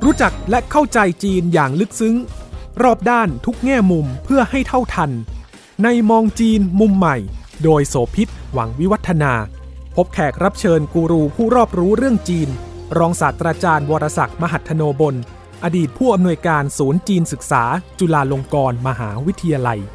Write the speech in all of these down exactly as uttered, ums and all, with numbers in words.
รู้จักและเข้าใจจีนอย่างลึกซึ้งรอบด้านทุกแง่มุมเพื่อให้เท่าทันในมองจีนมุมใหม่โดยโสภิต หวังวิวัฒนาพบแขกรับเชิญกูรูผู้รอบรู้เรื่องจีนรองศาสตราจารย์วรศักดิ์มหัทโนบลอดีตผู้อำนวยการศูนย์จีนศึกษาจุฬาลงกรณ์มหาวิทยาลัย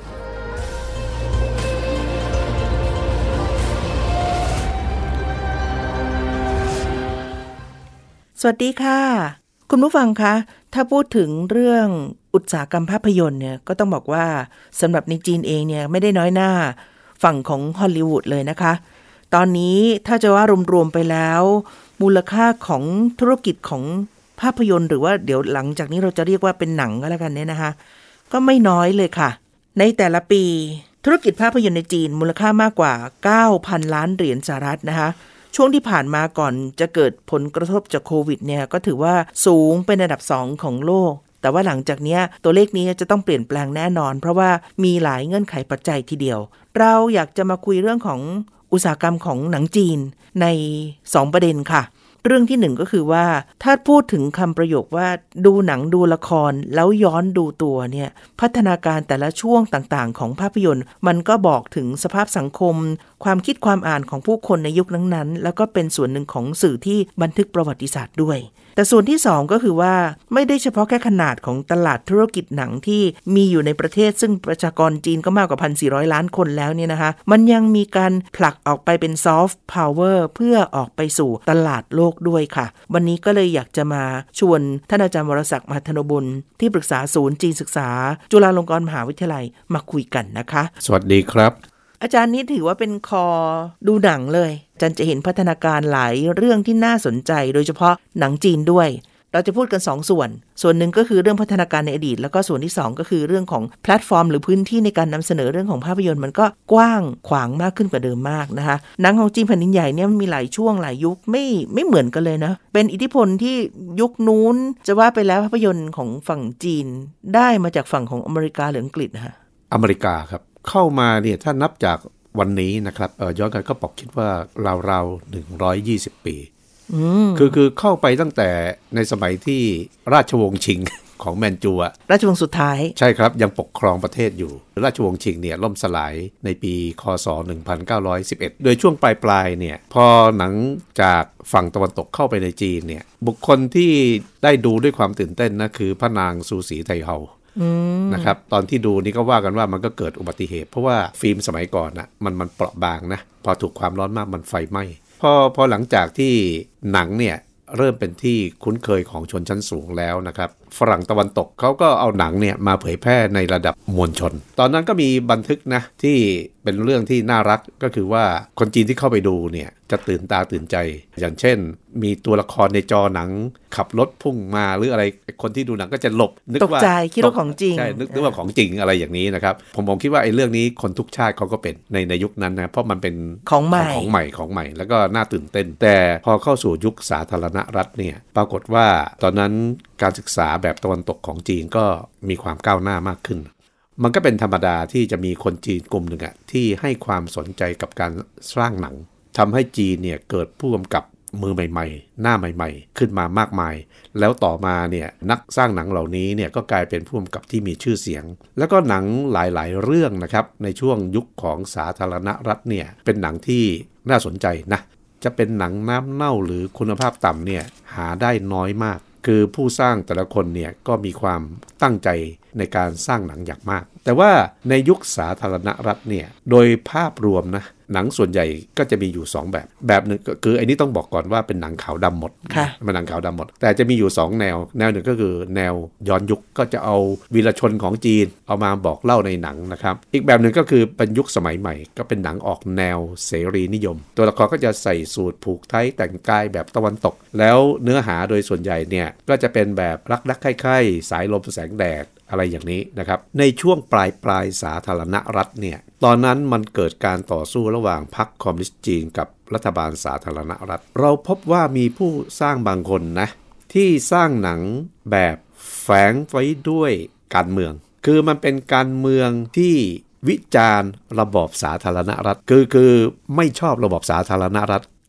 สวัสดีค่ะคุณผู้ฟังคะถ้าพูดถึงเรื่องอุตสาหกรรมภาพยนตร์เนี่ยก็ต้องบอกว่าสำหรับในจีนเองเนี่ยไม่ได้น้อยหน้าฝั่งของฮอลลีวูดเลยนะคะตอนนี้ถ้าจะว่ารวมๆไปแล้วมูลค่าของธุรกิจของภาพยนตร์หรือว่าเดี๋ยวหลังจากนี้เราจะเรียกว่าเป็นหนังก็แล้วกันเนี่ยนะคะก็ไม่น้อยเลยค่ะในแต่ละปีธุรกิจภาพยนตร์ในจีนมูลค่ามากกว่า เก้าพัน ล้านเหรียญสหรัฐนะคะช่วงที่ผ่านมาก่อนจะเกิดผลกระทบจากโควิดเนี่ยก็ถือว่าสูงเป็นอันดับสองของโลกแต่ว่าหลังจากนี้ตัวเลขนี้จะต้องเปลี่ยนแปลงแน่นอนเพราะว่ามีหลายเงื่อนไขปัจจัยทีเดียวเราอยากจะมาคุยเรื่องของอุตสาหกรรมของหนังจีนในสองประเด็นค่ะเรื่องที่หนึ่งก็คือว่าถ้าพูดถึงคำประโยคว่าดูหนังดูละครแล้วย้อนดูตัวเนี่ยพัฒนาการแต่ละช่วงต่างๆของภาพยนตร์มันก็บอกถึงสภาพสังคมความคิดความอ่านของผู้คนในยุคนั้นๆแล้วก็เป็นส่วนหนึ่งของสื่อที่บันทึกประวัติศาสตร์ด้วยแต่ส่วนที่สองก็คือว่าไม่ได้เฉพาะแค่ขนาดของตลาดธุรกิจหนังที่มีอยู่ในประเทศซึ่งประชากรจีนก็มากกว่า หนึ่งพันสี่ร้อย ล้านคนแล้วเนี่ยนะคะมันยังมีการผลักออกไปเป็นซอฟต์พาวเวอร์เพื่อออกไปสู่ตลาดโลกด้วยค่ะวันนี้ก็เลยอยากจะมาชวนท่านอาจารย์วรศักดิ์มหัทโนบลที่ปรึกษาศูนย์จีนศึกษาจุฬาลงกรณ์มหาวิทยาลัยมาคุยกันนะคะสวัสดีครับอาจารย์นี้ถือว่าเป็นคอดูหนังเลยอาจารย์จะเห็นพัฒนาการหลายเรื่องที่น่าสนใจโดยเฉพาะหนังจีนด้วยเราจะพูดกันสองส่วนส่วนหนึ่งก็คือเรื่องพัฒนาการในอดีตแล้วก็ส่วนที่สองก็คือเรื่องของแพลตฟอร์มหรือพื้นที่ในการนำเสนอเรื่องของภาพยนตร์มันก็กว้างขวางมากขึ้นกว่าเดิมมากนะคะหนังของจีนแผ่นดินใหญ่เนี่ยมันมีหลายช่วงหลายยุคไม่ไม่เหมือนกันเลยนะเป็นอิทธิพลที่ยุคนู้นจะว่าไปแล้วภาพยนตร์ของฝั่งจีนได้มาจากฝั่งของอเมริกาหรืออังกฤษนะคะอเมริกาครับเข้ามาเนี่ยถ้านับจากวันนี้นะครับเอ่อย้อนกันก็ปอกคิดว่าราวๆหนึ่งร้อยยี่สิบปีคือคือเข้าไปตั้งแต่ในสมัยที่ราชวงศ์ชิงของแมนจูอะราชวงศ์สุดท้ายใช่ครับยังปกครองประเทศอยู่ราชวงศ์ชิงเนี่ยล่มสลายในปีคศหนึ่งพันเก้าร้อยสิบเอ็ดโดยช่วงปลายๆเนี่ยพอหนังจากฝั่งตะวันตกเข้าไปในจีนเนี่ยบุคคลที่ได้ดูด้วยความตื่นเต้นนะคือพระนางซูสีไทเฮานะครับตอนที่ดูนี่ก็ว่ากันว่ามันก็เกิดอุบัติเหตุเพราะว่าฟิล์มสมัยก่อนนะมันมันเปราะบางนะพอถูกความร้อนมากมันไฟไหม้พอพอหลังจากที่หนังเนี่ยเริ่มเป็นที่คุ้นเคยของชนชั้นสูงแล้วนะครับฝรั่งตะวันตกเขาก็เอาหนังเนี่ยมาเผยแพร่ในระดับมวลชนตอนนั้นก็มีบันทึกนะที่เป็นเรื่องที่น่ารักก็คือว่าคนจีนที่เข้าไปดูเนี่ยจะตื่นตาตื่นใจอย่างเช่นมีตัวละครในจอหนังขับรถพุ่งมาหรืออะไรคนที่ดูหนังก็จะหลบนึกว่าตกใจคิดว่าของจริงใช่นึกนึกว่าของจริงอะไรอย่างนี้นะครับผมผมคิดว่าไอ้เรื่องนี้คนทุกชาติเขาก็เป็นในในยุคนั้นนะเพราะมันเป็นของใหม่ของใหม่ของใหม่แล้วก็น่าตื่นเต้นแต่พอเข้าสู่ยุคสาธารณรัฐเนี่ยปรากฏว่าตอนนั้นการศึกษาแบบตะวันตกของจีนก็มีความก้าวหน้ามากขึ้นมันก็เป็นธรรมดาที่จะมีคนจีนกลุ่มหนึ่งอะที่ให้ความสนใจกับการสร้างหนังทำให้จีนเนี่ยเกิดผู้กำกับมือใหม่ๆหน้าใหม่ๆขึ้นมามากมายแล้วต่อมาเนี่ยนักสร้างหนังเหล่านี้เนี่ยก็กลายเป็นผู้กำกับที่มีชื่อเสียงแล้วก็หนังหลายๆเรื่องนะครับในช่วงยุคของสาธารณรัฐเนี่ยเป็นหนังที่น่าสนใจนะจะเป็นหนังน้ำเน่าหรือคุณภาพต่ำเนี่ยหาได้น้อยมากคือผู้สร้างแต่ละคนเนี่ยก็มีความตั้งใจในการสร้างหนังอย่างมากแต่ว่าในยุคสาธารณรัฐเนี่ยโดยภาพรวมนะหนังส่วนใหญ่ก็จะมีอยู่สองแบบแบบหนึ่งก็คือไอ้นี้ต้องบอกก่อนว่าเป็นหนังขาวดำหมดเป็นหนังขาวดำหมดแต่จะมีอยู่สองแนวแนวหนึ่งก็คือแนวย้อนยุคก็จะเอาวีรชนของจีนเอามาบอกเล่าในหนังนะครับอีกแบบหนึ่งก็คือเป็นยุคสมัยใหม่ก็เป็นหนังออกแนวเสรีนิยมตัวละครก็จะใส่สูทผูกไทแต่งกายแบบตะวันตกแล้วเนื้อหาโดยส่วนใหญ่เนี่ยก็จะเป็นแบบรักๆใคร่ๆสายลมแสงแดดอะไรอย่างนี้นะครับในช่วงปลายปลายสาธารณรัฐเนี่ยตอนนั้นมันเกิดการต่อสู้ระหว่างพรรคคอมมิวนิสต์จีนกับรัฐบาลสาธารณรัฐเราพบว่ามีผู้สร้างบางคนนะที่สร้างหนังแบบแฝงไว้ด้วยการเมืองคือมันเป็นการเมืองที่วิจารณ์ระบอบสาธารณรัฐคือคือไม่ชอบระบอบสาธารณรัฐ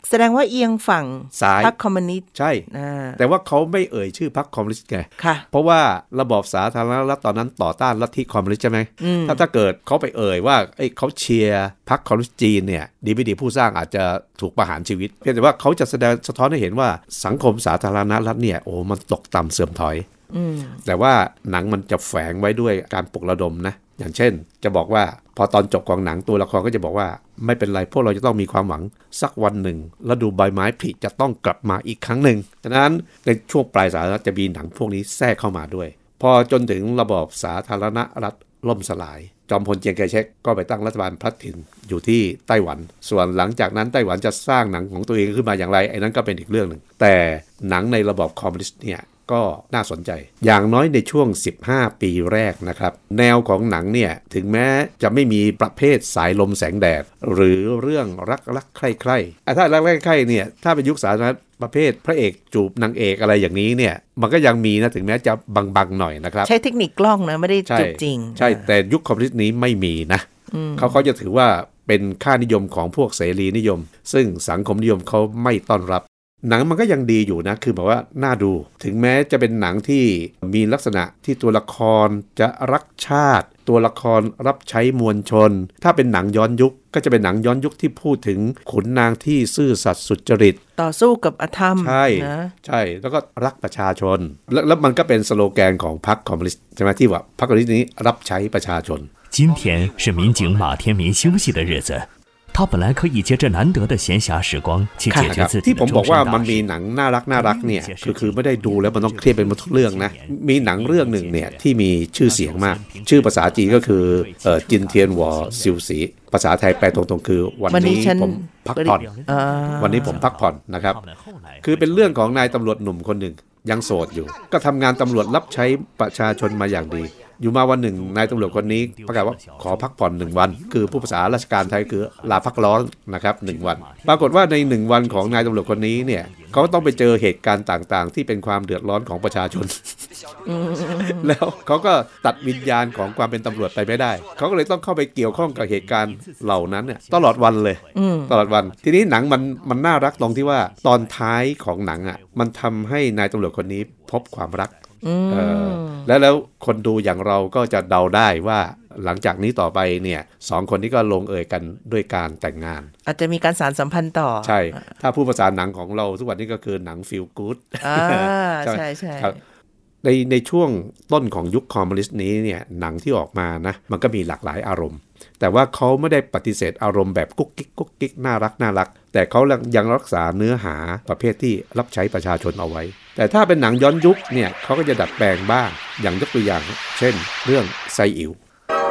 แสดงว่าเอียงฝั่งซ้ายพรรคคอมมิวนิสต์ใช่แต่ว่าเขาไม่เอ่ยชื่อพรรคคอมมิวนิสต์ไงเพราะว่าระบอบสาธารณรัฐตอนนั้นต่อต้านลัทธิคอมมิวนิสต์ใช่ไหมถ้าถ้าเกิดเขาไปเอ่ยว่าเอ้ยเขาเชียร์พรรคคอมมิวนิสต์จีนเนี่ยดีไม่ดีผู้สร้างอาจจะถูกประหารชีวิตเพียงแต่ว่าเขาจะแสดงสะท้อนให้เห็นว่าสังคมสาธารณรัฐเนี่ยโอ้มันตกต่ำเสื่อมถอยแต่ว่าหนังมันจะแฝงไว้ด้วยการปลุกระดมนะอย่างเช่นจะบอกว่าพอตอนจบของหนังตัวละครก็จะบอกว่าไม่เป็นไรพวกเราจะต้องมีความหวังสักวันหนึ่งฤดูใบไม้ผลิจะต้องกลับมาอีกครั้งหนึ่งฉะนั้นในช่วงปลายสาธารณรัฐจะมีหนังพวกนี้แทรกเข้ามาด้วยพอจนถึงระบอบสาธารณรัฐล่มสลายจอมพลเจียงไคเชกก็ไปตั้งรัฐบาลพลัดถิ่นอยู่ที่ไต้หวันส่วนหลังจากนั้นไต้หวันจะสร้างหนังของตัวเองขึ้นมาอย่างไรไอ้นั้นก็เป็นอีกเรื่องหนึ่งแต่หนังในระบอบคอมมิวนิสต์เนี่ยก็น่าสนใจอย่างน้อยในช่วงสิบห้าปีแรกนะครับแนวของหนังเนี่ยถึงแม้จะไม่มีประเภทสายลมแสงแดดหรือเรื่องรักรักใคร่ใคร่ถ้ารักรักใคร่เนี่ยถ้าเป็นยุคสาธารณรัฐประเภทพระเอกจูบนางเอกอะไรอย่างนี้เนี่ยมันก็ยังมีนะถึงแม้จะบังๆหน่อยนะครับใช้เทคนิคกล้องนะไม่ได้จูบจริงใช่แต่ยุคคอมมิวนิสต์นี้ไม่มีนะเขาเขาจะถือว่าเป็นค่านิยมของพวกเสรีนิยมซึ่งสังคมนิยมเขาไม่ต้อนรับหนังมันก็ยังดีอยู่นะคือแบบว่าน่าดูถึงแม้จะเป็นหนังที่มีลักษณะที่ตัวละครจะรักชาติตัวละครรับใช้มวลชนถ้าเป็นหนังย้อนยุคก็จะเป็นหนังย้อนยุคที่พูดถึงขุนนางที่ซื่อสัตย์สุจริตต่อสู้กับอธรรมใช่นะใช่แล้วก็รักประชาชนแล้วแล้วมันก็เป็นสโลแกนของพรรคคอมมิวนิสต์ใช่ไหมที่ว่าพรรคคอมมิวนิสต์นี้รับใช้ประชาชน今天是民警马天民休息的日子他本来可以借着难得的闲暇时光去解决自己ที่ผมบอกว่ามันมีหนังน่ารักน่ารักเนี่ยคือคือไม่ได้ดูแล้วมันต้องเครียดเป็นทุกเรื่องนะมีหนังเรื่องหนึ่งเนี่ยที่มีชื่อเสียงมากชื่อภาษาจีนก็คือเอ่อจินเทียนหวอซิวสีภาษาไทยแปลตรงๆคือวันนี้ผมพักผ่อนวันนี้ผมพักผ่อนนะครับคือเป็นเรื่องของนายตำรวจหนุ่มคนหนึ่งยังโสดอยู่ก็ทำงานตำรวจรับใช้ประชาชนมาอย่างดีอยู่มาวันหนึ่งนายตำรวจคนนี้ประกาศว่าขอพักผ่อนหนึ่งวันคือผู้ภาษาราชการไทยคือลาพักร้อนนะครับหนึ่งวันปรากฏว่าในหนึ่งวันของนายตำรวจคนนี้เนี่ยเขาต้องไปเจอเหตุการณ์ต่างๆที่เป็นความเดือดร้อนของประชาชนแล้วเขาก็ตัดวิญญาณของความเป็นตำรวจไปไม่ได้เขาก็เลยต้องเข้าไปเกี่ยวข้องกับเหตุการณ์เหล่านั้นเนี่ยตลอดวันเลยตลอดวันทีนี้หนังมันมันน่ารักตรงที่ว่าตอนท้ายของหนังอ่ะมันทำให้นายตำรวจคนนี้พบความรักแล้วแล้วคนดูอย่างเราก็จะเดาได้ว่าหลังจากนี้ต่อไปเนี่ยสองคนนี้ก็ลงเอยกันด้วยการแต่งงานอาจจะมีการสานสัมพันธ์ต่อใช่ถ้าพูดภาษาหนังของเราทุกวันนี้ก็คือหนังฟีลกู๊ดใช่ใช่ในในช่วงต้นของยุคคอมมิวนิสต์นี้เนี่ยหนังที่ออกมานะมันก็มีหลากหลายอารมณ์แต่ว่าเขาไม่ได้ปฏิเสธอารมณ์แบบกุ๊กกิ๊กกุ๊กกิ๊กน่ารักน่ารักแต่เขายังรักษาเนื้อหาประเภทที่รับใช้ประชาชนเอาไว้แต่ถ้าเป็นหนังย้อนยุคเนี่ยเขาก็จะดัดแปลงบ้างอย่างยกตัวอย่างเช่นเรื่องไซอิ๋ว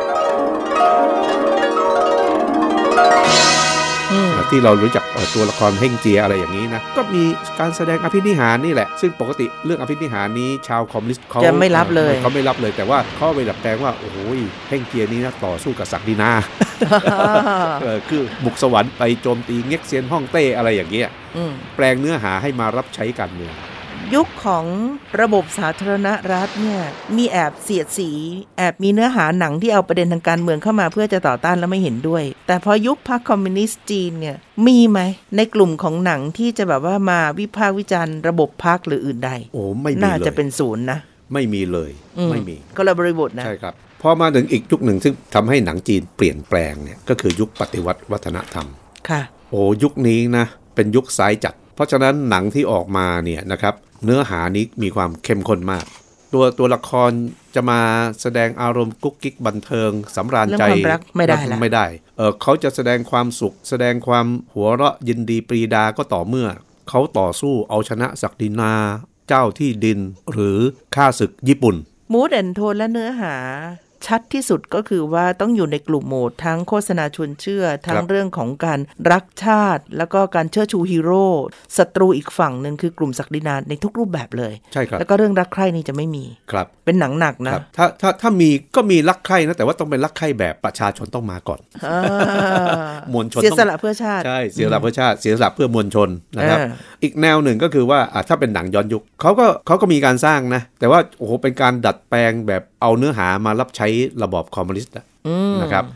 ที่เรารู้จักตัวละครเฮ่งเจียอะไรอย่างนี้นะก็มีการแสดงอภินิหารนี่แหละซึ่งปกติเรื่องอภินิหารนี้ชาวคอมมิวนิสต์เขาจะไม่รับเลยเขาไม่รับเลยแต่ว่าเขาไปดัดแปลงว่าโอ้โหเฮ่งเจียนี้นะต่อสู้กับศักดินาคือบุกสวรรค์ไปโจมตีเง็กเซียนฮ่องเต้อะไรอย่างเงี้ยแปลงเนื้อหาให้มารับใช้การเมืองยุคของระบบสาธารณรัฐเนี่ยมีแอบเสียดสีแอบมีเนื้อหาหนังที่เอาประเด็นทางการเมืองเข้ามาเพื่อจะต่อต้านและไม่เห็นด้วยแต่พอยุคพรรคคอมมิวนิสต์จีนเนี่ยมีไหมในกลุ่มของหนังที่จะแบบว่ามาวิพากษ์วิจารณ์ระบบพรรคหรืออื่นใดโอ้ไม่มีเลยน่าจะเป็นศูนย์นะไม่มีเลยไม่มีก็ละบริบทนะใช่ครับพอมาถึงอีกยุคหนึ่งซึ่งทำให้หนังจีนเปลี่ยนแปลงเนี่ยก็คือยุคปฏิวัติวัฒนธรรมค่ะโอ้ยุคนี้นะเป็นยุคซ้ายจัดเพราะฉะนั้นหนังที่ออกมาเนี่ยนะครับเนื้อหานี้มีความเข้มข้นมากตัวตัวละครจะมาแสดงอารมณ์กุ๊กกิ๊กบันเทิงสำราญใจไม่ได้ละไม่ได้เออเขาจะแสดงความสุขแสดงความหัวเราะยินดีปรีดาก็ต่อเมื่อเขาต่อสู้เอาชนะศักดินาเจ้าที่ดินหรือข้าศึกญี่ปุ่นมูดแอนโทนและเนื้อหาชัดที่สุดก็คือว่าต้องอยู่ในกลุ่มโหมดทั้งโฆษณาชวนเชื่อทั้งเรื่องของการรักชาติแล้วก็การเชิดชูฮีโร่ศัตรูอีกฝั่งนึงคือกลุ่มศักดินาในทุกรูปแบบเลยใช่ครับแล้วก็เรื่องรักใคร่นี่จะไม่มีครับเป็นหนังหนักนะถ้าถ้าถ้ามีก็มีรักใคร่นะแต่ว่าต้องเป็นรักใคร่แบบประชาชนต้องมาก่อนมวลชนเสียสละเพื่อชาติใช่เสียสละเพื่อชาติเสียสละเพื่อมวลชนนะครับอีกแนวหนึ่งก็คือว่าถ้าเป็นหนังย้อนยุคเขาก็เขาก็มีการสร้างนะแต่ว่าโอ้โหเป็นการดัดแปลงแบบเอาเนื้อหามารับใช้ระบอบคอมมิวนิสต์นะครับ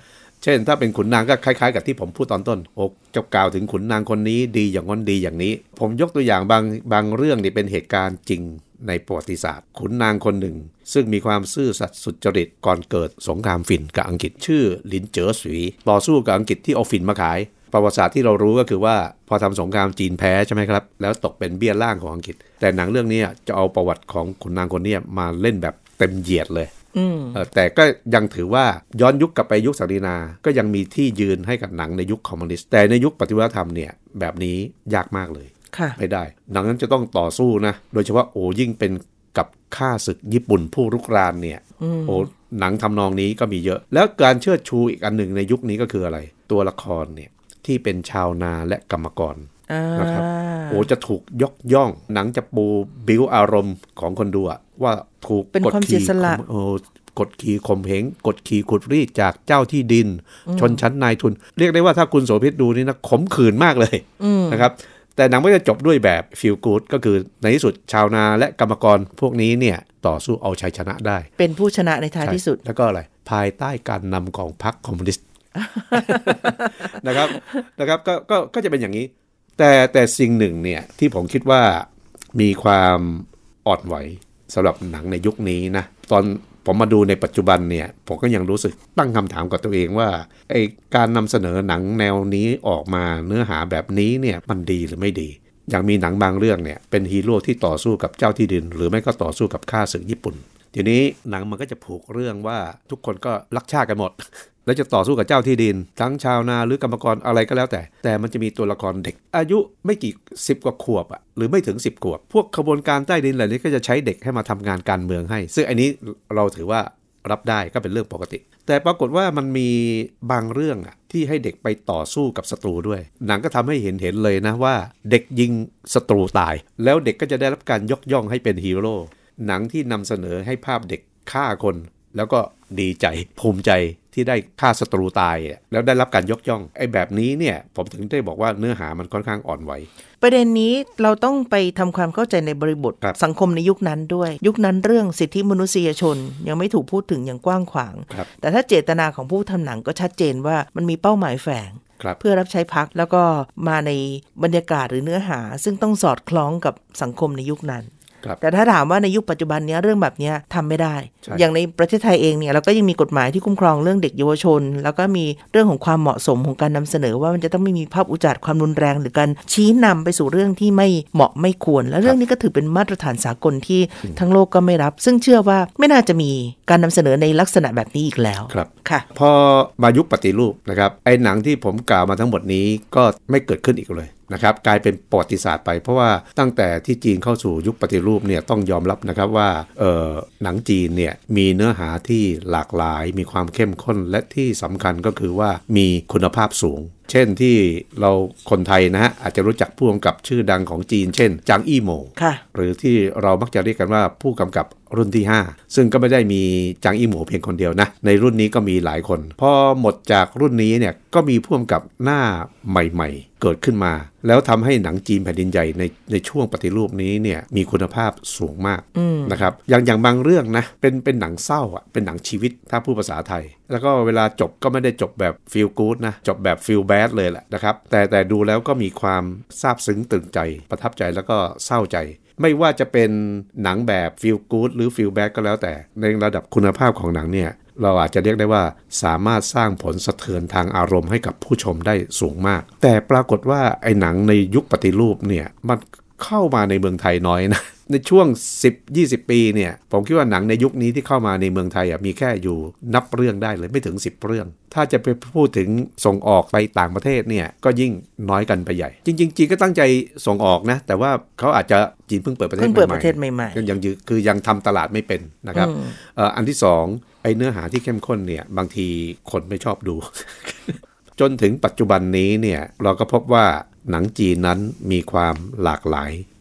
เช่นถ้าเป็นขุนนางก็คล้ายๆกับที่ผมพูดตอนต้นโอ้จะกล่าวถึงขุนนางคนนี้ดีอย่างนั้นดีอย่างนี้ผมยกตัวอย่างบางบางเรื่องนี่เป็นเหตุการณ์จริงในประวัติศาสตร์ขุนนางคนหนึ่งซึ่งมีความซื่อสัตย์สุจริตก่อนเกิดสงครามฝิ่นกับอังกฤษชื่อหลินเจ๋อสวีต่อสู้กับอังกฤษที่เอาฝิ่นมาขายประวัติศาสตร์ที่เรารู้ก็คือว่าพอทำสงครามจีนแพ้ใช่ไหมครับแล้วตกเป็นเบี้ยล่างของอังกฤษแต่หนังเรื่องนี้จะเอาประวัติของขุนนางคนนี้มาเล่นแบบเต็มเหยียดเลยแต่ก็ยังถือว่าย้อนยุคกลับไปยุคศักดินาก็ยังมีที่ยืนให้กับหนังในยุคคอมมิวนิสต์แต่ในยุคปฏิวัติธรรมเนี่ยแบบนี้ยากมากเลยไม่ได้หนังนั้นจะต้องต่อสู้นะโดยเฉพาะโอ้ยิ่งเป็นกับข้าศึกญี่ปุ่นผู้รุกรานเนี่ยโอ้หนังทำนองนี้ก็มีเยอะแล้วการเชิดชูอีกอันหนึ่งในยุคนี้ก็คืออะไรตัวละครเนี่ยที่เป็นชาวนาและกรรมกรนะครับโอ้จะถูกยกย่องหนังจะปูบิ้วอารมณ์ของคนดูว่าถูกกดขี่โอ้กดขี่ข่มเหงกดขี่ขุดรีดจากเจ้าที่ดินชนชั้นนายทุนเรียกได้ว่าถ้าคุณโสภิตดูนี่นะขมขื่นมากเลยนะครับแต่หนังไม่ได้จบด้วยแบบฟีลกู๊ดก็คือในที่สุดชาวนาและกรรมกรพวกนี้เนี่ยต่อสู้เอาชัยชนะได้เป็นผู้ชนะในท้ายที่สุดแล้วก็อะไรภายใต้การนำของพรรคคอมมิวนิสต์นะครับนะครับก็ก็ก็จะเป็นอย่างนี้แต่แต่สิ่งหนึ่งเนี่ยที่ผมคิดว่ามีความอ่อนไหวสำหรับหนังในยุคนี้นะตอนผมมาดูในปัจจุบันเนี่ยผมก็ยังรู้สึกตั้งคำถามกับตัวเองว่าไอ้การนำเสนอหนังแนวนี้ออกมาเนื้อหาแบบนี้เนี่ยมันดีหรือไม่ดีอย่างมีหนังบางเรื่องเนี่ยเป็นฮีโร่ที่ต่อสู้กับเจ้าที่ดินหรือไม่ก็ต่อสู้กับข้าศึกญี่ปุ่นทีนี้หนังมันก็จะผูกเรื่องว่าทุกคนก็รักชาติกันหมดแล้วจะต่อสู้กับเจ้าที่ดินทั้งชาวนาหรือกรรมกรอะไรก็แล้วแต่แต่มันจะมีตัวละครเด็กอายุไม่กี่สิบกว่าขวบอ่ะหรือไม่ถึงสิบขวบพวกขบวนการใต้ดินเหล่านี้ก็จะใช้เด็กให้มาทำงานการเมืองให้ซึ่งอันนี้เราถือว่ารับได้ก็เป็นเรื่องปกติแต่ปรากฏว่ามันมีบางเรื่องอ่ะที่ให้เด็กไปต่อสู้กับศัตรูด้วยหนังก็ทำให้เห็นเห็นเลยนะว่าเด็กยิงศัตรูตายแล้วเด็กก็จะได้รับการยกย่องให้เป็นฮีโร่หนังที่นำเสนอให้ภาพเด็กฆ่าคนแล้วก็ดีใจภูมิใจที่ได้ฆ่าศัตรูตายแล้วได้รับการยกย่องไอ้แบบนี้เนี่ยผมถึงได้บอกว่าเนื้อหามันค่อนข้างอ่อนไหวประเด็นนี้เราต้องไปทำความเข้าใจในบริบทสังคมในยุคนั้นด้วยยุคนั้นเรื่องสิทธิมนุษยชนยังไม่ถูกพูดถึงอย่างกว้างขวางแต่ถ้าเจตนาของผู้ทำหนังก็ชัดเจนว่ามันมีเป้าหมายแฝงเพื่อรับใช้พรรคแล้วก็มาในบรรยากาศหรือเนื้อหาซึ่งต้องสอดคล้องกับสังคมในยุคนั้นแต่ถ้าถามว่าในยุคปัจจุบันนี้เรื่องแบบนี้ทำไม่ได้อย่างในประเทศไทยเองเนี่ยเราก็ยังมีกฎหมายที่คุ้มครองเรื่องเด็กเยาวชนแล้วก็มีเรื่องของความเหมาะสมของการนำเสนอว่ามันจะต้องไม่มีภาพอุจจาระความรุนแรงหรือการชี้นำไปสู่เรื่องที่ไม่เหมาะไม่ควรและเรื่องนี้ก็ถือเป็นมาตรฐานสากลที่ทั้งโลกก็ไม่รับซึ่งเชื่อว่าไม่น่าจะมีการนำเสนอในลักษณะแบบนี้อีกแล้วครับค่ะพอมายุคปฏิรูปนะครับไอ้หนังที่ผมกล่าวมาทั้งหมดนี้ก็ไม่เกิดขึ้นอีกเลยนะครับกลายเป็นประวัติศาสตร์ไปเพราะว่าตั้งแต่ที่จีนเข้าสู่ยุคปฏิรูปเนี่ยต้องยอมรับนะครับว่าเอ่อหนังจีนเนี่ยมีเนื้อหาที่หลากหลายมีความเข้มข้นและที่สำคัญก็คือว่ามีคุณภาพสูงเช่นที่เราคนไทยนะฮะอาจจะรู้จักผู้กำกับชื่อดังของจีนเช่นจางอี้โหม่หรือที่เรามักจะเรียกกันว่าผู้กำกับรุ่นที่ห้าซึ่งก็ไม่ได้มีจางอี้โหม่เพียงคนเดียวนะในรุ่นนี้ก็มีหลายคนพอหมดจากรุ่นนี้เนี่ยก็มีผู้กำกับหน้าใหม่ๆเกิดขึ้นมาแล้วทำให้หนังจีนแผ่นดินใหญ่ในในช่วงปฏิรูปนี้เนี่ยมีคุณภาพสูงมากนะครับอย่างอย่างบางเรื่องนะเป็นเป็นหนังเศร้าอ่ะเป็นหนังชีวิตถ้าพูดภาษาไทยแล้วก็เวลาจบก็ไม่ได้จบแบบฟีลกู๊ดนะจบแบบฟีลแบดเลยแหละนะครับแต่แต่ดูแล้วก็มีความซาบซึ้งตื่นใจประทับใจแล้วก็เศร้าใจไม่ว่าจะเป็นหนังแบบฟีลกู๊ดหรือฟีลแบดก็แล้วแต่ในระดับคุณภาพของหนังเนี่ยเราอาจจะเรียกได้ว่าสามารถสร้างผลสะเทือนทางอารมณ์ให้กับผู้ชมได้สูงมากแต่ปรากฏว่าไอ้หนังในยุคปฏิรูปเนี่ยมันเข้ามาในเมืองไทยน้อยนะในช่วง สิบถึงยี่สิบ ปีเนี่ยผมคิดว่าหนังในยุคนี้ที่เข้ามาในเมืองไทยอ่ะมีแค่อยู่นับเรื่องได้เลยไม่ถึงสิบเรื่องถ้าจะไปพูดถึงส่งออกไปต่างประเทศเนี่ยก็ยิ่งน้อยกันไปใหญ่จริงๆจีนก็ตั้งใจส่งออกนะแต่ว่าเขาอาจจะจีนเพิ่งเปิดประเทศใหม่ๆเพิ่งเปิดประเทศใหม่ๆยังคือยังทำตลาดไม่เป็นนะครับ อ, อันที่สองไอ้เนื้อหาที่เข้มข้นเนี่ยบางทีคนไม่ชอบดู จนถึงปัจจุบันนี้เนี่ยเราก็พบว่าหนังจีนนั้นมีความหลากหลาย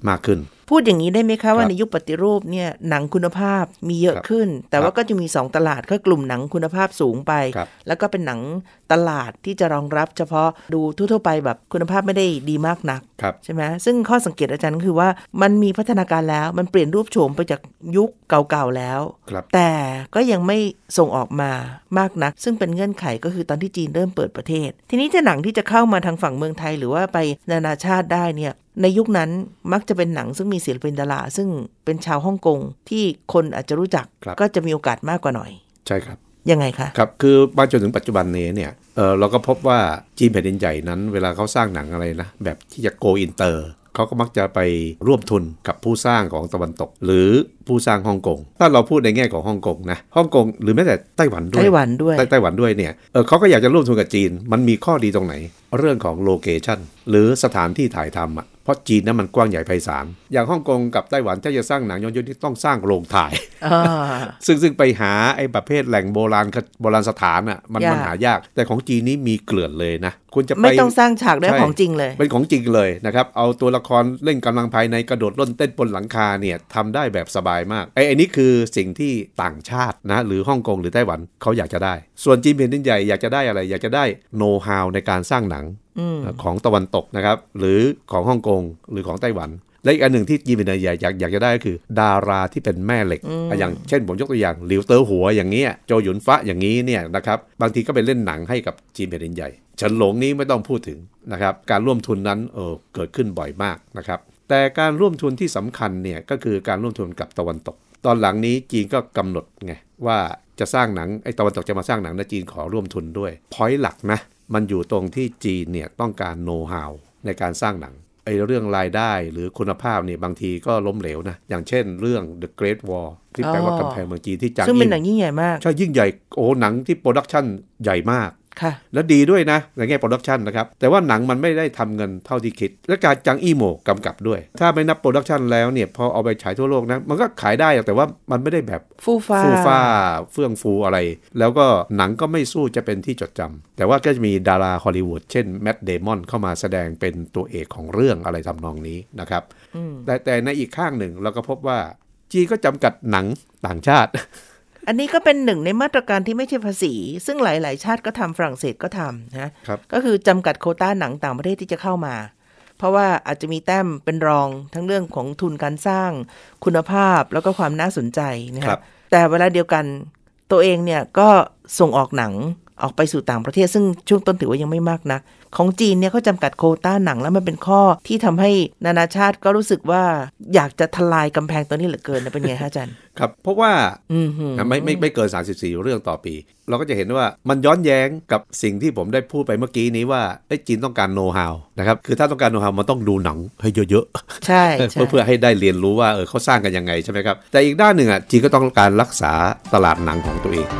มากขึ้นพูดอย่างนี้ได้ไหมคะว่าในยุคปฏิรูปเนี่ยหนังคุณภาพมีเยอะขึ้นแต่ว่าก็จะมีสองตลาดก็กลุ่มหนังคุณภาพสูงไปแล้วก็เป็นหนังตลาดที่จะรองรับเฉพาะดูทั่วๆไปแบบคุณภาพไม่ได้ดีมากนักใช่ไหมซึ่งข้อสังเกตอาจารย์ก็คือว่ามันมีพัฒนาการแล้วมันเปลี่ยนรูปโฉมไปจากยุคเก่าๆแล้วแต่ก็ยังไม่ส่งออกมามากนักซึ่งเป็นเงื่อนไขก็คือตอนที่จีนเริ่มเปิดประเทศทีนี้ถ้าหนังที่จะเข้ามาทางฝั่งเมืองไทยหรือว่าไปนานาชาติได้เนี่ยในยุคนั้นมักจะเป็นหนังซึ่งมีศิลปินดาราซึ่งเป็นชาวฮ่องกงที่คนอาจจะรู้จักก็จะมีโอกาสมากกว่าหน่อยใช่ครับยังไงคะครับคือมาจนถึงปัจจุบันนี้เนี่ย เ, เราก็พบว่าจีนแผ่นดินใหญ่นั้นเวลาเขาสร้างหนังอะไรนะแบบที่จะโกอินเตอร์เขาก็มักจะไปร่วมทุนกับผู้สร้างของตะวันตกหรือผู้สร้างฮ่องกงถ้าเราพูดในแง่ของฮ่องกงนะฮ่องกงหรือแม้แต่ไต้หวันด้วยไต้หวันด้วยไต้หวันด้วยเนี่ย เ, เขาก็อยากจะร่วมทุนกับจีนมันมีข้อดีตรงไหนเรื่องของโลเคชั่นหรือสถานที่ถ่ายทำอ่ะเพราะจีนนั้นมันกว้างใหญ่ไพศาลอย่างฮ่องกงกับไต้หวันถ้าจะสร้างหนังย้อนยุคที่ต้องสร้างโรงถ่าย ซึ่งซึ่งไปหาไอ้ประเภทแหล่งโบราณโบราณสถานอ่ะมันมันหายากแต่ของจีนนี้มีเกลื่อนเลยนะคุณจะไปไม่ต้องสร้างฉากได้ของจริงเลยเป็นของจริงเลยนะครับเอาตัวละครเล่นกำลังภายในกระโดดล่นเต้นบนหลังคาเนี่ยทำได้แบบสบายมากไอ้ไอ้นี่คือสิ่งที่ต่างชาตินะหรือฮ่องกงหรือไต้หวันเขาอยากจะได้ส่วนจีนแผ่นดินใหญ่อยากจะได้อะไรอยากจะได้โน้ตฮาวในการสร้างหนังของตะวันตกนะครับหรือของฮ่องกงหรือของไต้หวันและอีกอันหนึ่งที่จีนแผ่นดินใหญ่อยากอยากจะได้ก็คือดาราที่เป็นแม่เหล็กอย่างเช่นผมยกตัวอย่างหลิวเต๋อหัวอย่างนี้โจหยุนฟ้าอย่างนี้เนี่ยนะครับบางทีก็ไปเล่นหนังให้กับจีนแผ่นดินใหญ่เฉินหลงนี้ไม่ต้องพูดถึงนะครับการร่วมทุนนั้นเออเกิดขึ้นบ่อยมากนะครับแต่การร่วมทุนที่สำคัญเนี่ยก็คือการร่วมทุนกับตะวันตกตอนหลังนี้จีนก็กำหนดไงว่าจะสร้างหนังไอ้ตะวันตกจะมาสร้างหนังนะจีนขอร่วมทุนด้วยพอยต์หลักนะมันอยู่ตรงที่จีนเนี่ยต้องการโน้ตฮาวในการสร้างหนังไอ้เรื่องรายได้หรือคุณภาพเนี่ยบางทีก็ล้มเหลวนะอย่างเช่นเรื่อง The Great Wall ที่แปลว่ากำแพงเมืองจีนที่จางอิงซึ่งเป็นหนังยิ่งใหญ่มากใช่ยิ่งใหญ่โอ้หนังที่โปรดักชั่นใหญ่มากและดีด้วยนะในแง่โปรดักชันนะครับแต่ว่าหนังมันไม่ได้ทำเงินเท่าที่คิดและการจางอี้โหม่กำกับด้วยถ้าไม่นับโปรดักชันแล้วเนี่ยพอเอาไปฉายทั่วโลกนะมันก็ขายได้แต่ว่ามันไม่ได้แบบฟูฟ้าฟูฟ้าเฟื่องฟูอะไรแล้วก็หนังก็ไม่สู้จะเป็นที่จดจำแต่ว่าก็จะมีดาราฮอลลีวูดเช่นแมทเดมอนเข้ามาแสดงเป็นตัวเอกของเรื่องอะไรทำนองนี้นะครับแต่แต่ในอีกข้างหนึ่งเราก็พบว่าจีนก็จำกัดหนังต่างชาติอันนี้ก็เป็นหนึ่งในมาตรการที่ไม่ใช่ภาษีซึ่งหลายๆชาติก็ทำฝรั่งเศสก็ทำนะก็คือจำกัดโควต้าหนังต่างประเทศที่จะเข้ามาเพราะว่าอาจจะมีแต้มเป็นรองทั้งเรื่องของทุนการสร้างคุณภาพแล้วก็ความน่าสนใจนะครับแต่เวลาเดียวกันตัวเองเนี่ยก็ส่งออกหนังออกไปสู่ต่างประเทศซึ่งช่วงต้นถือว่ายังไม่มากนักของจีนเนี่ยเขาจำกัดโควต้าหนังแล้วมันเป็นข้อที่ทำให้นานาชาติก็รู้สึกว่าอยากจะทลายกำแพงตัวนี้เหลือเกินนะเป็นไงฮะอาจารย์ครับเพราะว่าไม่ไม่ไม่เกินสามสิบสี่เรื่องต่อปีเราก็จะเห็นว่ามันย้อนแย้งกับสิ่งที่ผมได้พูดไปเมื่อกี้นี้ว่าจีนต้องการโน้ตฮาวนะครับคือถ้าต้องการโน้ตฮาวมันต้องดูหนังให้เยอะๆใช่เพื่อเพื่อให้ได้เรียนรู้ว่าเออเขาสร้างกันยังไงใช่ไหมครับแต่อีกด้านหนึ่งอ่ะจีนก็ต้องการรักษาตลาดหนังของตัวเอง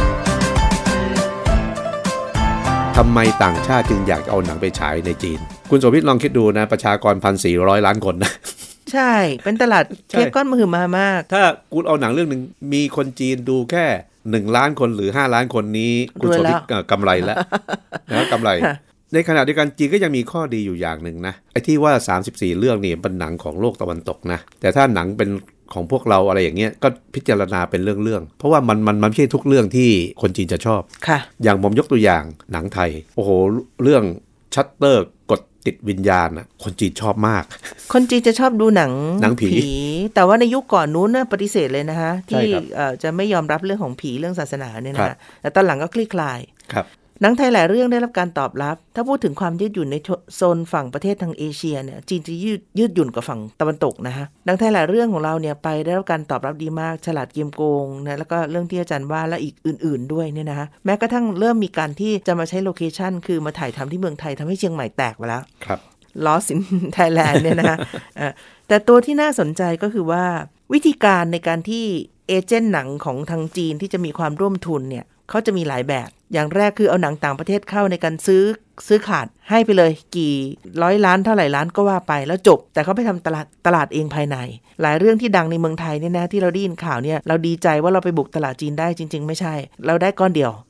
ทำไมต่างชาติจึงอยากเอาหนังไปฉายในจีนคุณโสภิตลองคิดดูนะประชากร หนึ่งพันสี่ร้อย ล้านคนนะใช่เป็นตลาดเทปก้อนมหึมามากถ้าคุณเอาหนังเรื่องนึงมีคนจีนดูแค่หนึ่งล้านคนหรือห้าล้านคนนี้คุณโสภิตกำไรแล้วนะกำไรในขณะเดียวกันจีนก็ยังมีข้อดีอยู่อย่างหนึ่งนะไอ้ที่ว่าสามสิบสี่เรื่องนี่เป็นหนังของโลกตะวันตกนะแต่ถ้าหนังเป็นของพวกเราอะไรอย่างเงี้ยก็พิจารณาเป็นเรื่องๆเพราะว่ามันมันมันไม่ใช่ทุกเรื่องที่คนจีนจะชอบค่ะอย่างผมยกตัวอย่างหนังไทยโอ้โหเรื่องชัตเตอร์กดติดวิญญาณน่ะคนจีนชอบมากคนจีนจะชอบดูหนังหนังผีแต่ว่าในยุคก่อนนู้นน่ะปฏิเสธเลยนะคะที่จะไม่ยอมรับเรื่องของผีเรื่องศาสนาเนี่ยนะแต่ตอนหลังก็คลี่คลายครับหนังไทยหลายเรื่องได้รับการตอบรับถ้าพูดถึงความยืดหยุ่นในโซนฝั่งประเทศทางเอเชียเนี่ยจีนจะยืดยืดหยุ่นกว่าฝั่งตะวันตกนะฮะหนังไทยหลายเรื่องของเราเนี่ยไปได้รับการตอบรับดีมากฉลาดเกมโกงนะแล้วก็เรื่องที่อาจารย์ว่าและอีกอื่นๆด้วยเนี่ยนะฮะแม้กระทั่งเริ่มมีการที่จะมาใช้โลเคชั่นคือมาถ่ายทำที่เมืองไทยทำให้เชียงใหม่แตกไปแล้วครับ Lost in Thailand เนี่ยนะฮะแต่ตัวที่น่าสนใจก็คือว่าวิธีการในการที่เอเจนต์หนังของทางจีนที่จะมีความร่วมทุนเนี่ยเขาจะมีหลายแบบอย่างแรกคือเอาหนังต่างประเทศเข้าในการซื้อซื้อขาดให้ไปเลยกี่ร้อยล้านเท่าไหร่ล้านก็ว่าไปแล้วจบแต่เขาไปทำตลาดตลาดเองภายในหลายเรื่องที่ดังในเมืองไทยเนี่ยนะที่เราได้ยินข่าวเนี่ยเราดีใจว่าเราไปบุกตลาดจีนได้จริงๆไม่ใช่เราได้ก้อนเดียว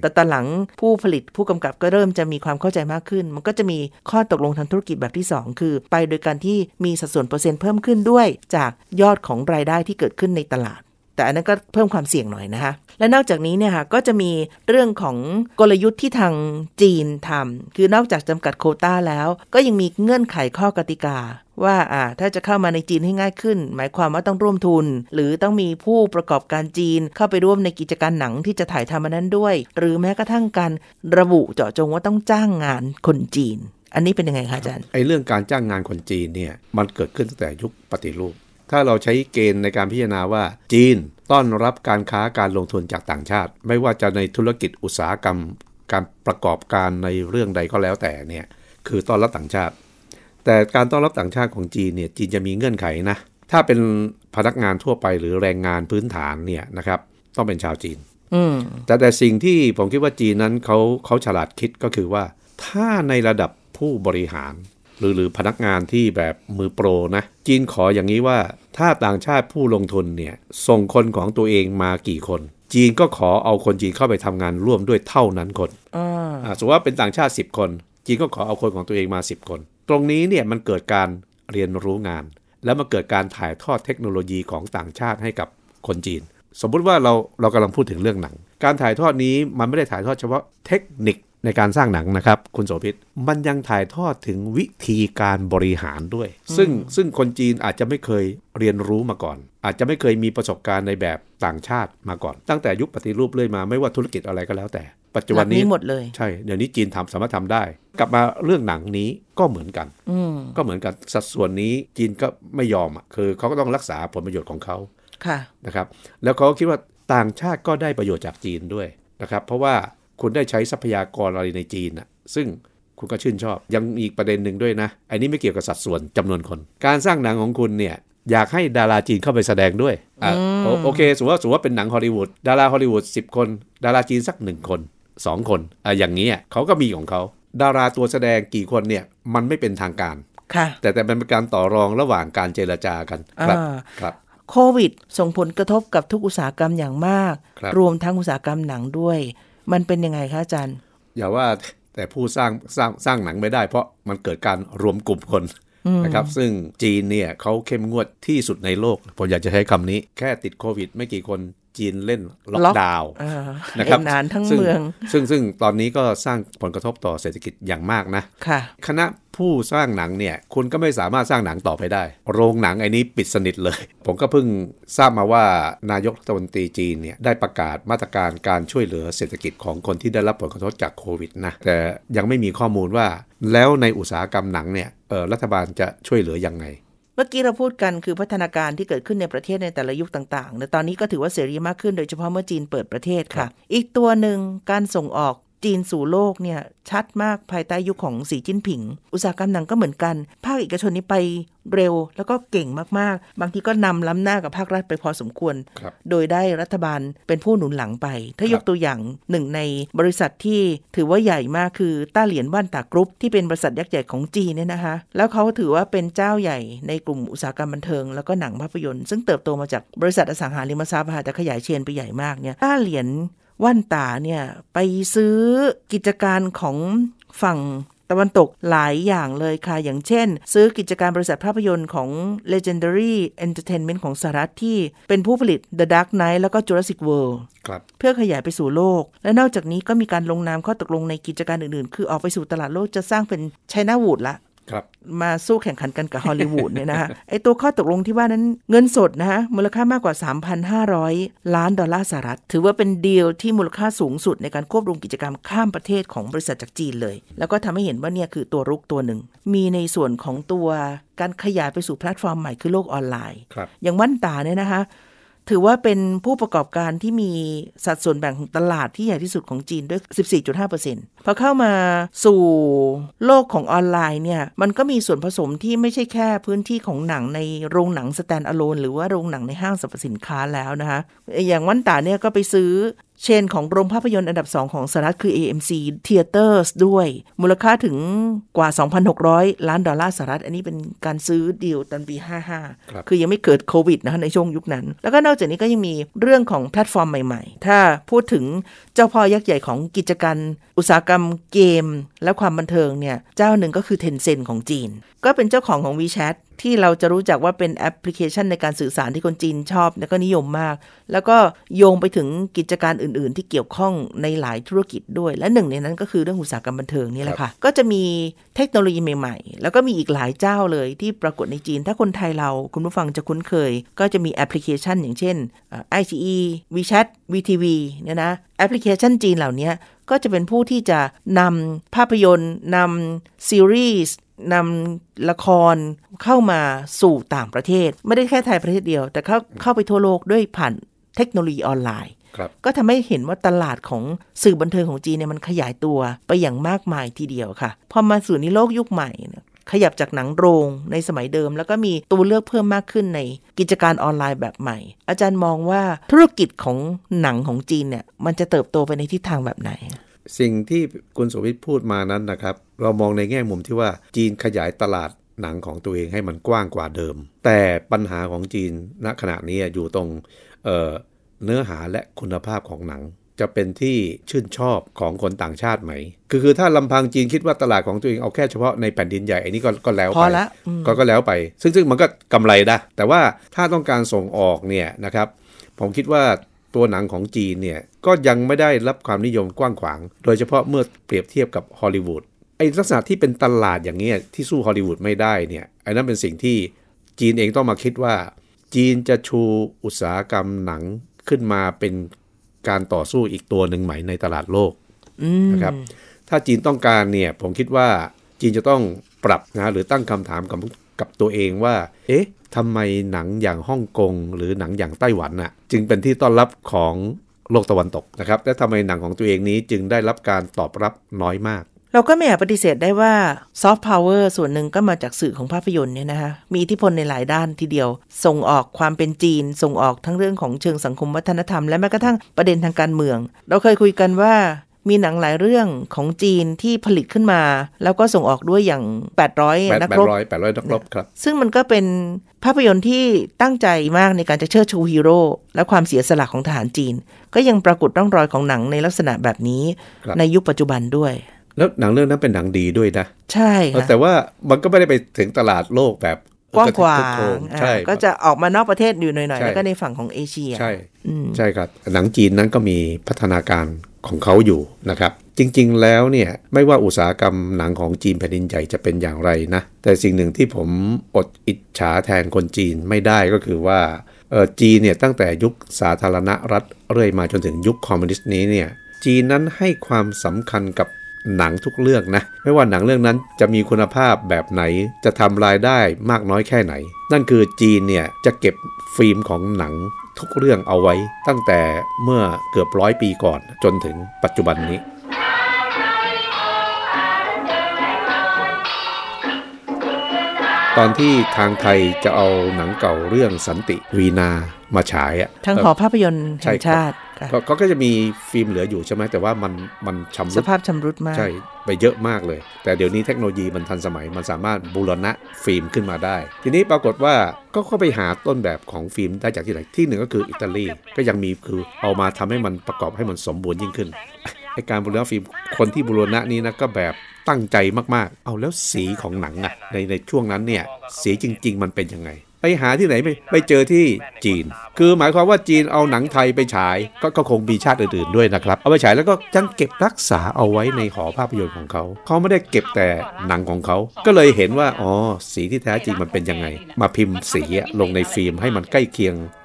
แต่ตอนหลังผู้ผลิตผู้กำกับก็เริ่มจะมีความเข้าใจมากขึ้นมันก็จะมีข้อตกลงทางธุรกิจแบบที่สองคือไปโดยการที่มีสัดส่วนเปอร์เซ็นต์เพิ่มขึ้นด้วยจากยอดของรายได้ที่เกิดขึ้นในตลาดแต่อันนั้นก็เพิ่มความเสี่ยงหน่อยนะคะและนอกจากนี้เนี่ยค่ะก็จะมีเรื่องของกลยุทธ์ที่ทางจีนทำคือนอกจากจำกัดโควต้าแล้วก็ยังมีเงื่อนไขข้อกติกาว่าอ่าถ้าจะเข้ามาในจีนให้ง่ายขึ้นหมายความว่าต้องร่วมทุนหรือต้องมีผู้ประกอบการจีนเข้าไปร่วมในกิจการหนังที่จะถ่ายทำอันนั้นด้วยหรือแม้กระทั่งการระบุเจาะจงว่าต้องจ้างงานคนจีนอันนี้เป็นยังไงคะอาจารย์ไอ้เรื่องการจ้างงานคนจีนเนี่ยมันเกิดขึ้นตั้งแต่ยุคปฏิรูปถ้าเราใช้เกณฑ์ในการพิจารณาว่าจีนต้อนรับการค้าการลงทุนจากต่างชาติไม่ว่าจะในธุรกิจอุตสาหกรรมการประกอบการในเรื่องใดก็แล้วแต่เนี่ยคือต้อนรับต่างชาติแต่การต้อนรับต่างชาติของจีนเนี่ยจีนจะมีเงื่อนไขนะถ้าเป็นพนักงานทั่วไปหรือแรงงานพื้นฐานเนี่ยนะครับต้องเป็นชาวจีนแต่แต่สิ่งที่ผมคิดว่าจีนนั้นเขาเขาฉลาดคิดก็คือว่าถ้าในระดับผู้บริหารหรือหรือพนักงานที่แบบมือโปรนะจีนขออย่างนี้ว่าถ้าต่างชาติผู้ลงทุนเนี่ยส่งคนของตัวเองมากี่คนจีนก็ขอเอาคนจีนเข้าไปทำงานร่วมด้วยเท่านั้นคนอ่าสมมติว่าเป็นต่างชาติสิบคนจีนก็ขอเอาคนของตัวเองมาสิบคนตรงนี้เนี่ยมันเกิดการเรียนรู้งานแล้วมันเกิดการถ่ายทอดเทคโนโลยีของต่างชาติให้กับคนจีนสมมุติว่าเราเรากำลังพูดถึงเรื่องหนังการถ่ายทอดนี้มันไม่ได้ถ่ายทอดเฉพาะเทคนิคในการสร้างหนังนะครับคุณโสภิตมันยังถ่ายทอดถึงวิธีการบริหารด้วยซึ่งซึ่งคนจีนอาจจะไม่เคยเรียนรู้มาก่อนอาจจะไม่เคยมีประสบการณ์ในแบบต่างชาติมาก่อนตั้งแต่ยุคปฏิรูปเรื่อยมาไม่ว่าธุรกิจอะไรก็แล้วแต่ปัจจุบันนี้หมดเลยใช่เดี๋ยวนี้จีนทำสามารถทำได้กลับมาเรื่องหนังนี้ก็เหมือนกันก็เหมือนกันสัดส่วนนี้จีนก็ไม่ยอมอ่ะคือเขาก็ต้องรักษาผลประโยชน์ของเขาค่ะนะครับแล้วเขาคิดว่าต่างชาติก็ได้ประโยชน์จากจีนด้วยนะครับเพราะว่าคุณได้ใช้ทรัพยากรอะไรในจีนน่ะซึ่งคุณก็ชื่นชอบยังมีอีกประเด็นหนึ่งด้วยนะอันนี้ไม่เกี่ยวกับสัดส่วนจำนวนคนการสร้างหนังของคุณเนี่ยอยากให้ดาราจีนเข้าไปแสดงด้วยอ่ะโอเคสมมติว่าสมมติว่าเป็นหนังฮอลลีวูดดาราฮอลลีวูดสิบคนดาราจีนสักหนึ่งคนสองคนอ่ะอย่างนี้เขาก็มีของเขาดาราตัวแสดงกี่คนเนี่ยมันไม่เป็นทางการค่ะแต่แต่เป็นการต่อรองระหว่างการเจรจากันครับครับโควิดส่งผลกระทบกับทุกอุตสาหกรรมอย่างมากรวมทั้งอุตสาหกรรมหนังด้วยมันเป็นยังไงคะอาจารย์อย่าว่าแต่ผู้สร้างสร้างสร้างหนังไม่ได้เพราะมันเกิดการรวมกลุ่มคนนะครับซึ่งจีนเนี่ยเขาเข้มงวดที่สุดในโลกผมอยากจะใช้คำนี้แค่ติดโควิดไม่กี่คนจีนเล่นล็อกดาวน์นะครับนานทั้งเมืองซึ่งซึ่งตอนนี้ก็สร้างผลกระทบต่อเศรษฐกิจอย่างมากนะค่ะคณะผู้สร้างหนังเนี่ยคุณก็ไม่สามารถสร้างหนังต่อไปได้โรงหนังไอ้นี้ปิดสนิทเลยผมก็เพิ่งทราบมาว่านายกรัฐมนตรีจีนเนี่ยได้ประกาศมาตรการการช่วยเหลือเศรษฐกิจของคนที่ได้รับผลกระทบจากโควิดนะแต่ยังไม่มีข้อมูลว่าแล้วในอุตสาหกรรมหนังเนี่ยเออรัฐบาลจะช่วยเหลือยังไงเมื่อกี้เราพูดกันคือพัฒนาการที่เกิดขึ้นในประเทศในแต่ละยุคต่างๆแต่ตอนนี้ก็ถือว่าเสรีมากขึ้นโดยเฉพาะเมื่อจีนเปิดประเทศค่ะอีกตัวหนึ่งการส่งออกจีนสู่โลกเนี่ยชัดมากภายใต้ยุคของสีจิ้นผิงอุตสาหกรรมหนังก็เหมือนกันภาคเอกชนนี้ไปเร็วแล้วก็เก่งมากๆบางทีก็นำล้ำหน้ากับภาครัฐไปพอสมควรโดยได้รัฐบาลเป็นผู้หนุนหลังไปถ้ายกตัวอย่างหนึ่งในบริษัทที่ถือว่าใหญ่มากคือต้าเหลียนว่านตากรุ๊ปที่เป็นบริษัทยักษ์ใหญ่ของจีนเนี่ยนะคะแล้วเขาถือว่าเป็นเจ้าใหญ่ในกลุ่มอุตสาหกรรมบันเทิงแล้วก็หนังภาพยนตร์ซึ่งเติบโตมาจากบริษัทอสังหาริมทรัพย์แต่ขยายเชนไปใหญ่มากเนี่ยต้าเหลียนว่านตาเนี่ยไปซื้อกิจการของฝั่งตะวันตกหลายอย่างเลยค่ะอย่างเช่นซื้อกิจการบริษัทภาพยนตร์ของ Legendary Entertainment ของสหรัฐที่เป็นผู้ผลิต The Dark Knight แล้วก็ Jurassic World เพื่อขยายไปสู่โลกและนอกจากนี้ก็มีการลงนามข้อตกลงในกิจการอื่นๆคือออกไปสู่ตลาดโลกจะสร้างเป็น China Wood ละมาสู้แข่งขันกันกับฮอลลีวูดเนี่ยนะคะไอตัวข้อตกลงที่ว่านั้นเงินสดนะคะมูลค่ามากกว่า สามพันห้าร้อย ล้านดอลลาร์สหรัฐถือว่าเป็นดีลที่มูลค่าสูงสุดในการควบรวมกิจกรรมข้ามประเทศของบริษัทจากจีนเลยแล้วก็ทำให้เห็นว่าเนี่ยคือตัวรุกตัวหนึ่งมีในส่วนของตัวการขยายไปสู่แพลตฟอร์มใหม่คือโลกออนไลน์อย่างว่านตาเนี่ยนะคะถือว่าเป็นผู้ประกอบการที่มีสัดส่วนแบ่งของตลาดที่ใหญ่ที่สุดของจีนด้วย สิบสี่จุดห้าเปอร์เซ็นต์พอเข้ามาสู่โลกของออนไลน์เนี่ยมันก็มีส่วนผสมที่ไม่ใช่แค่พื้นที่ของหนังในโรงหนัง stand alone หรือว่าโรงหนังในห้างสรรพสินค้าแล้วนะคะอย่างวันตาเนี่ยก็ไปซื้อเชนของโรงภาพยนตร์อันดับสองของสหรัฐคือ เอ เอ็ม ซี Theaters ด้วยมูลค่าถึงกว่า สองพันหกร้อย ล้านดอลลาร์สหรัฐอันนี้เป็นการซื้อดีลตอนปีห้าสิบห้า ค, คือยังไม่เกิดโควิดนะคะในช่วงยุคนั้นแล้วก็นอกจากนี้ก็ยังมีเรื่องของแพลตฟอร์มใหม่ๆถ้าพูดถึงเจ้าพ่อยักษ์ใหญ่ของกิจการอุตสาหกรรมเกมและความบันเทิงเนี่ยเจ้าหนึ่งก็คือ Tencent ของจีนก็เป็นเจ้าของของ WeChat ที่เราจะรู้จักว่าเป็นแอปพลิเคชันในการสื่อสารที่คนจีนชอบและก็นิยมมากแล้วก็โยงไปถึงกิจการอื่นๆที่เกี่ยวข้องในหลายธุรกิจด้วยและหนึ่งในนั้นก็คือเรื่องอุตสาหกรรมบันเทิงนี่แหละค่ะก็จะมีเทคโนโลยีใหม่ๆแล้วก็มีอีกหลายเจ้าเลยที่ปรากฏในจีนถ้าคนไทยเราคุณผู้ฟังจะคุ้นเคยก็จะมีแอปพลิเคชันอย่างเช่น ไอ ซี อี WeChat วี ที วี เนี่ยนะแอปพลิเคชันจีนเหล่านี้ก็จะเป็นผู้ที่จะนำภาพยนตร์นำซีรีส์นำละครเข้ามาสู่ต่างประเทศไม่ได้แค่ไทยประเทศเดียวแต่เข้าเข้าไปทั่วโลกด้วยผ่านเทคโนโลยีออนไลน์ก็ทำให้เห็นว่าตลาดของสื่อบันเทิงของจีนเนี่ยมันขยายตัวไปอย่างมากมายทีเดียวค่ะพอมาสู่ในโลกยุคใหม่ขยับจากหนังโรงในสมัยเดิมแล้วก็มีตัวเลือกเพิ่มมากขึ้นในกิจการออนไลน์แบบใหม่อาจารย์มองว่าธุรกิจของหนังของจีนเนี่ยมันจะเติบโตไปในทิศทางแบบไหนสิ่งที่คุณโสภิตพูดมานั้นนะครับเรามองในแง่มุมที่ว่าจีนขยายตลาดหนังของตัวเองให้มันกว้างกว่าเดิมแต่ปัญหาของจีนณขณะนี้อยู่ตรงเอ่อเนื้อหาและคุณภาพของหนังจะเป็นที่ชื่นชอบของคนต่างชาติไหมคือคือถ้าลำพังจีนคิดว่าตลาดของตัวเองเอาแค่เฉพาะในแผ่นดินใหญ่อันนี้ก็ก็แล้วไปก็ก็แล้วไปซึ่งซึ่งมันก็กำไรนะแต่ว่าถ้าต้องการส่งออกเนี่ยนะครับผมคิดว่าตัวหนังของจีนเนี่ยก็ยังไม่ได้รับความนิยมกว้างขวางโดยเฉพาะเมื่อเปรียบเทียบกับฮอลลีวูดไอ้ลักษณะที่เป็นตลาดอย่างนี้ที่สู้ฮอลลีวูดไม่ได้เนี่ยไอ้นั่นเป็นสิ่งที่จีนเองต้องมาคิดว่าจีนจะชูอุตสาหกรรมหนังขึ้นมาเป็นการต่อสู้อีกตัวหนึ่งใหม่ในตลาดโลกนะครับถ้าจีนต้องการเนี่ยผมคิดว่าจีนจะต้องปรับนะหรือตั้งคำถามกับกับตัวเองว่าเอ๊ะทำไมหนังอย่างฮ่องกงหรือหนังอย่างไต้หวันน่ะจึงเป็นที่ต้อนรับของโลกตะวันตกนะครับและทำไมหนังของตัวเองนี้จึงได้รับการตอบรับน้อยมากเราก็ไม่อาจปฏิเสธได้ว่าซอฟต์พาวเวอร์ส่วนหนึ่งก็มาจากสื่อของภาพยนตร์เนี่ยนะคะมีอิทธิพลในหลายด้านทีเดียวส่งออกความเป็นจีนส่งออกทั้งเรื่องของเชิงสังคมวัฒนธรรมและแม้กระทั่งประเด็นทางการเมืองเราเคยคุยกันว่ามีหนังหลายเรื่องของจีนที่ผลิตขึ้นมาแล้วก็ส่งออกด้วยอย่างแปดร้อยนักรบแปดร้อยนักรบครับซึ่งมันก็เป็นภาพยนตร์ที่ตั้งใจมากในการจะเชิดชูฮีโร่และความเสียสละของทหารจีนก็ยังปรากฏร่องรอยของหนังในลักษณะแบบนี้ในยุคปัจจุบันด้วยแล้วหนังเรื่องนั้นเป็นหนังดีด้วยนะใช่ค่ะแต่ว่ามันก็ไม่ได้ไปถึงตลาดโลกแบบกว้างขวางก็จะออกมานอกประเทศอยู่หน่อยๆแล้วก็ในฝั่งของเอเชียใช่ใช่ครับหนังจีนนั้นก็มีพัฒนาการของเขาอยู่นะครับจริงๆแล้วเนี่ยไม่ว่าอุตสาหกรรมหนังของจีนแผ่นดินใหญ่จะเป็นอย่างไรนะแต่สิ่งหนึ่งที่ผมอดอิจฉาแทนคนจีนไม่ได้ก็คือว่าเออจีนเนี่ยตั้งแต่ยุคสาธารณรัฐเรื่อยมาจนถึงยุคคอมมิวนิสต์นี้เนี่ยจีนนั้นให้ความสำคัญกับหนังทุกเรื่องนะไม่ว่าหนังเรื่องนั้นจะมีคุณภาพแบบไหนจะทำรายได้มากน้อยแค่ไหนนั่นคือจีนเนี่ยจะเก็บฟิล์มของหนังทุกเรื่องเอาไว้ตั้งแต่เมื่อเกือบร้อยปีก่อนจนถึงปัจจุบันนี้ตอนที่ทางไทยจะเอาหนังเก่าเรื่องสันติวีนามาฉายอ่ะทางหอภาพยนตร์แห่งชาติเขาก็จะมีฟิล์มเหลืออยู่ใช่ไหมแต่ว่ามันมันชำรุดสภาพชำรุดมากใช่ไปเยอะมากเลยแต่เดี๋ยวนี้เทคโนโลยีมันทันสมัยมันสามารถบูรณะฟิล์มขึ้นมาได้ทีนี้ปรากฏว่าก็เข้าไปหาต้นแบบของฟิล์มได้จากที่ไหนที่หนึ่งก็คืออิตาลีก็ยังมีคือเอามาทำให้มันประกอบให้มันสมบูรณ์ยิ่งขึ้นไอ้การบูรณะฟิล์มคนที่บูรณะนี้นะก็แบบตั้งใจมากๆเอาแล้วสีของหนังอ่ะในในช่วงนั้นเนี่ยสีจริงๆมันเป็นยังไงไปหาที่ไหนไม่ไปเจอที่จีนคือหมายความว่าจีนเอาหนังไทยไปฉายก็ก็คงมีชาติอื่นๆด้วยนะครับเอาไปฉายแล้วก็ยังเก็บรักษาเอาไว้ในหอภาพยนตร์ของเขาเขาไม่ได้เก็บแต่หนังของเขาก็เลยเห็นว่าอ๋อสีที่แท้จริงมันเป็นยังไงมาพิมพ์สีลงในฟิล์มให้มันใกล้เคียง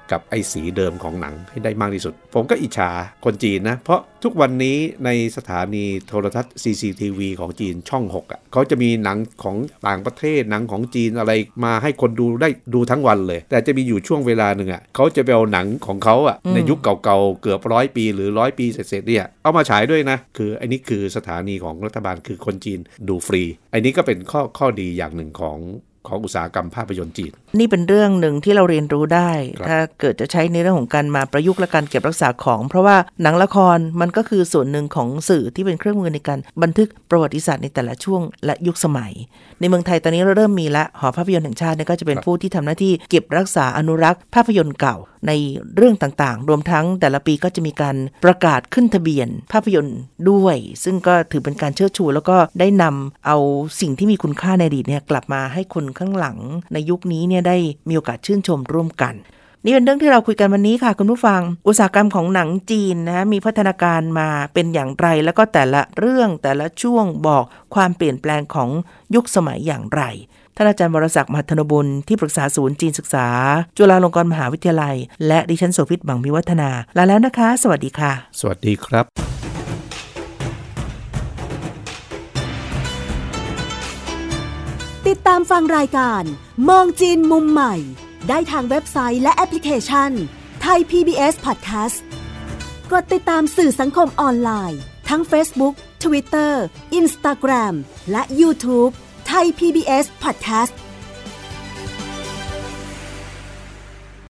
กับไอ้สีเดิมของหนังให้ได้มากที่สุดผมก็อิจฉาคนจีนนะเพราะทุกวันนี้ในสถานีโทรทัศน์ ซี ซี ที วี ของจีนช่องหกอ่ะเขาจะมีหนังของต่างประเทศหนังของจีนอะไรมาให้คนดูได้ดูทั้งวันเลยแต่จะมีอยู่ช่วงเวลาหนึ่งอ่ะเขาจะไปเอาหนังของเขาอ่ะในยุคเก่าๆเกือบร้อยปีหรือร้อยปีเสร็จๆเนี่ยเอามาฉายด้วยนะคืออันนี้คือสถานีของรัฐบาลคือคนจีนดูฟรีอันนี้ก็เป็นข้อข้อดีอย่างหนึ่งของของอุตสาหกรรมภาพยนตร์จีนนี่เป็นเรื่องหนึ่งที่เราเรียนรู้ได้ถ้าเกิดจะใช้ในเรื่องของการมาประยุกต์และการเก็บรักษาของเพราะว่าหนังละครมันก็คือส่วนหนึ่งของสื่อที่เป็นเครื่องมือในการบันทึกประวัติศาสตร์ในแต่ละช่วงและยุคสมัยในเมืองไทยตอนนี้เราเริ่มมีละหอภาพยนตร์แห่งชาติก็จะเป็นผู้ที่ทำหน้าที่เก็บรักษาอนุรักษ์ภาพยนตร์เก่าในเรื่องต่างๆรวมทั้งแต่ละปีก็จะมีการประกาศขึ้นทะเบียนภาพยนตร์ด้วยซึ่งก็ถือเป็นการเชิดชูแล้วก็ได้นำเอาสิ่งที่มีคุณค่าในอดีตเนี่ยกลับมาให้คนข้างหลังในยุคนี้เนี่ยได้มีโอกาสชื่นชมร่วมกันนี่เป็นเรื่องที่เราคุยกันวันนี้ค่ะคุณผู้ฟังอุตสาหกรรมของหนังจีนนะมีพัฒนาการมาเป็นอย่างไรแล้วก็แต่ละเรื่องแต่ละช่วงบอกความเปลี่ยนแปลงของยุคสมัยอย่างไรท่านอาจารย์วรศักดิ์ มหัทนบุญที่ปรึกษาศูนย์จีนศึกษาจุฬาลงกรณ์มหาวิทยาลัยและดิฉันโสภิต หวังวิวัฒนาลาแล้วนะคะสวัสดีค่ะสวัสดีครับติดตามฟังรายการมองจีนมุมใหม่ได้ทางเว็บไซต์และแอปพลิเคชัน Thai พี บี เอส Podcast กดติดตามสื่อสังคมออนไลน์ทั้ง Facebook, Twitter, Instagram และ YouTube Thai พี บี เอส Podcast